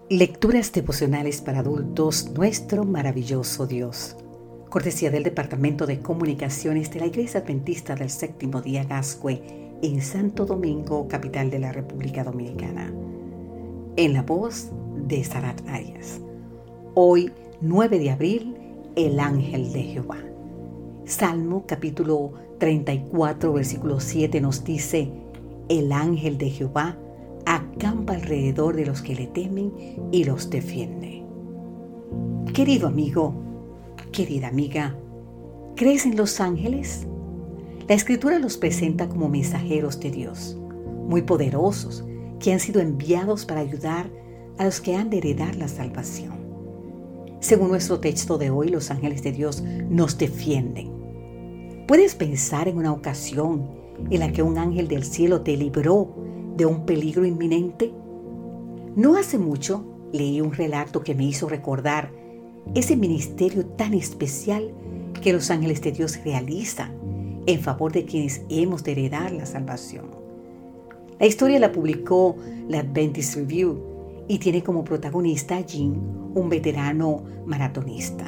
Lecturas devocionales para adultos, nuestro maravilloso Dios. Cortesía del Departamento de Comunicaciones de la Iglesia Adventista del Séptimo Día Gascue en Santo Domingo, capital de la República Dominicana. En la voz de Sarat Arias. Hoy, 9 de abril, el ángel de Jehová. Salmo capítulo 34, versículo 7 nos dice: el ángel de Jehová acampa alrededor de los que le temen y los defiende. Querido amigo, querida amiga, ¿crees en los ángeles? La Escritura los presenta como mensajeros de Dios, muy poderosos, que han sido enviados para ayudar a los que han de heredar la salvación. Según nuestro texto de hoy, los ángeles de Dios nos defienden. ¿Puedes pensar en una ocasión en la que un ángel del cielo te libró de un peligro inminente? No hace mucho leí un relato que me hizo recordar ese ministerio tan especial que los ángeles de Dios realizan en favor de quienes hemos de heredar la salvación. La historia la publicó la Adventist Review y tiene como protagonista a Jim, un veterano maratonista.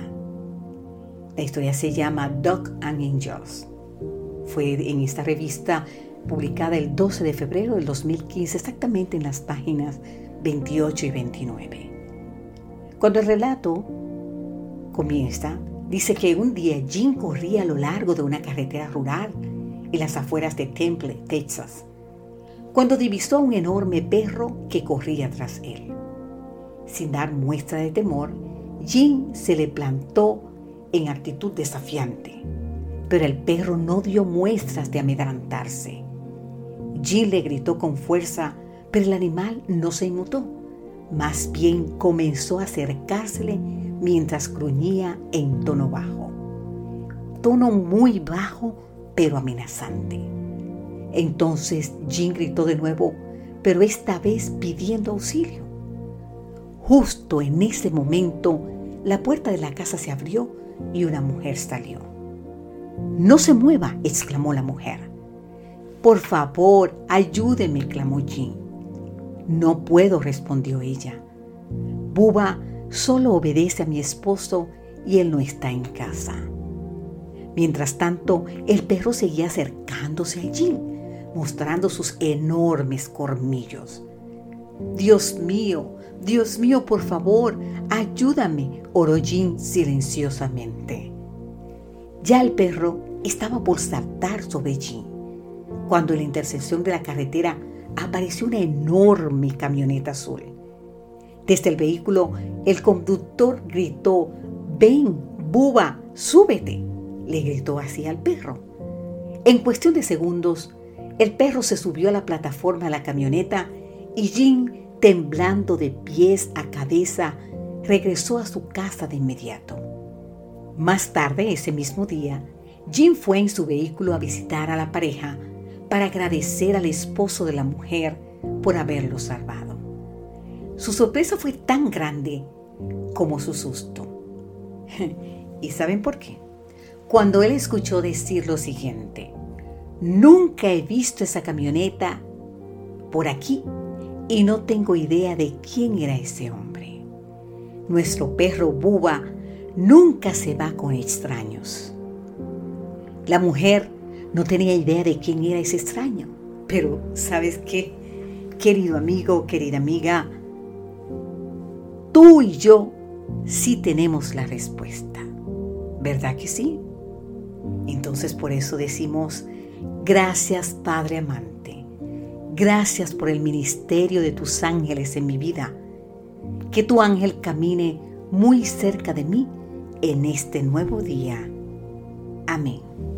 La historia se llama Dogs and Angels. Fue en esta revista publicada el 12 de febrero del 2015, exactamente en las páginas 28 y 29. Cuando el relato comienza, dice que un día Jim corría a lo largo de una carretera rural en las afueras de Temple, Texas, cuando divisó a un enorme perro que corría tras él. Sin dar muestra de temor, Jim se le plantó en actitud desafiante, pero el perro no dio muestras de amedrentarse. Jim le gritó con fuerza, pero el animal no se inmutó. Más bien comenzó a acercársele mientras gruñía en tono bajo. Tono muy bajo, pero amenazante. Entonces Jim gritó de nuevo, pero esta vez pidiendo auxilio. Justo en ese momento, la puerta de la casa se abrió y una mujer salió. «No se mueva», exclamó la mujer. «Por favor, ayúdeme», clamó Jim. «No puedo», respondió ella. «Bubba solo obedece a mi esposo y él no está en casa». Mientras tanto, el perro seguía acercándose a Jim, mostrando sus enormes colmillos. Dios mío, por favor, ayúdame», oró Jim silenciosamente. Ya el perro estaba por saltar sobre Jim, cuando en la intersección de la carretera apareció una enorme camioneta azul. Desde el vehículo, el conductor gritó: «Ven, Bubba, súbete», le gritó así al perro. En cuestión de segundos, el perro se subió a la plataforma de la camioneta y Jim, temblando de pies a cabeza, regresó a su casa de inmediato. Más tarde, ese mismo día, Jim fue en su vehículo a visitar a la pareja para agradecer al esposo de la mujer por haberlo salvado. Su sorpresa fue tan grande como su susto. ¿Y saben por qué? Cuando él escuchó decir lo siguiente: «Nunca he visto esa camioneta por aquí y no tengo idea de quién era ese hombre. Nuestro perro Bubba nunca se va con extraños». La mujer no tenía idea de quién era ese extraño, pero ¿sabes qué? Querido amigo, querida amiga, tú y yo sí tenemos la respuesta, ¿verdad que sí? Entonces por eso decimos: gracias, Padre amante, gracias por el ministerio de tus ángeles en mi vida. Que tu ángel camine muy cerca de mí en este nuevo día. Amén.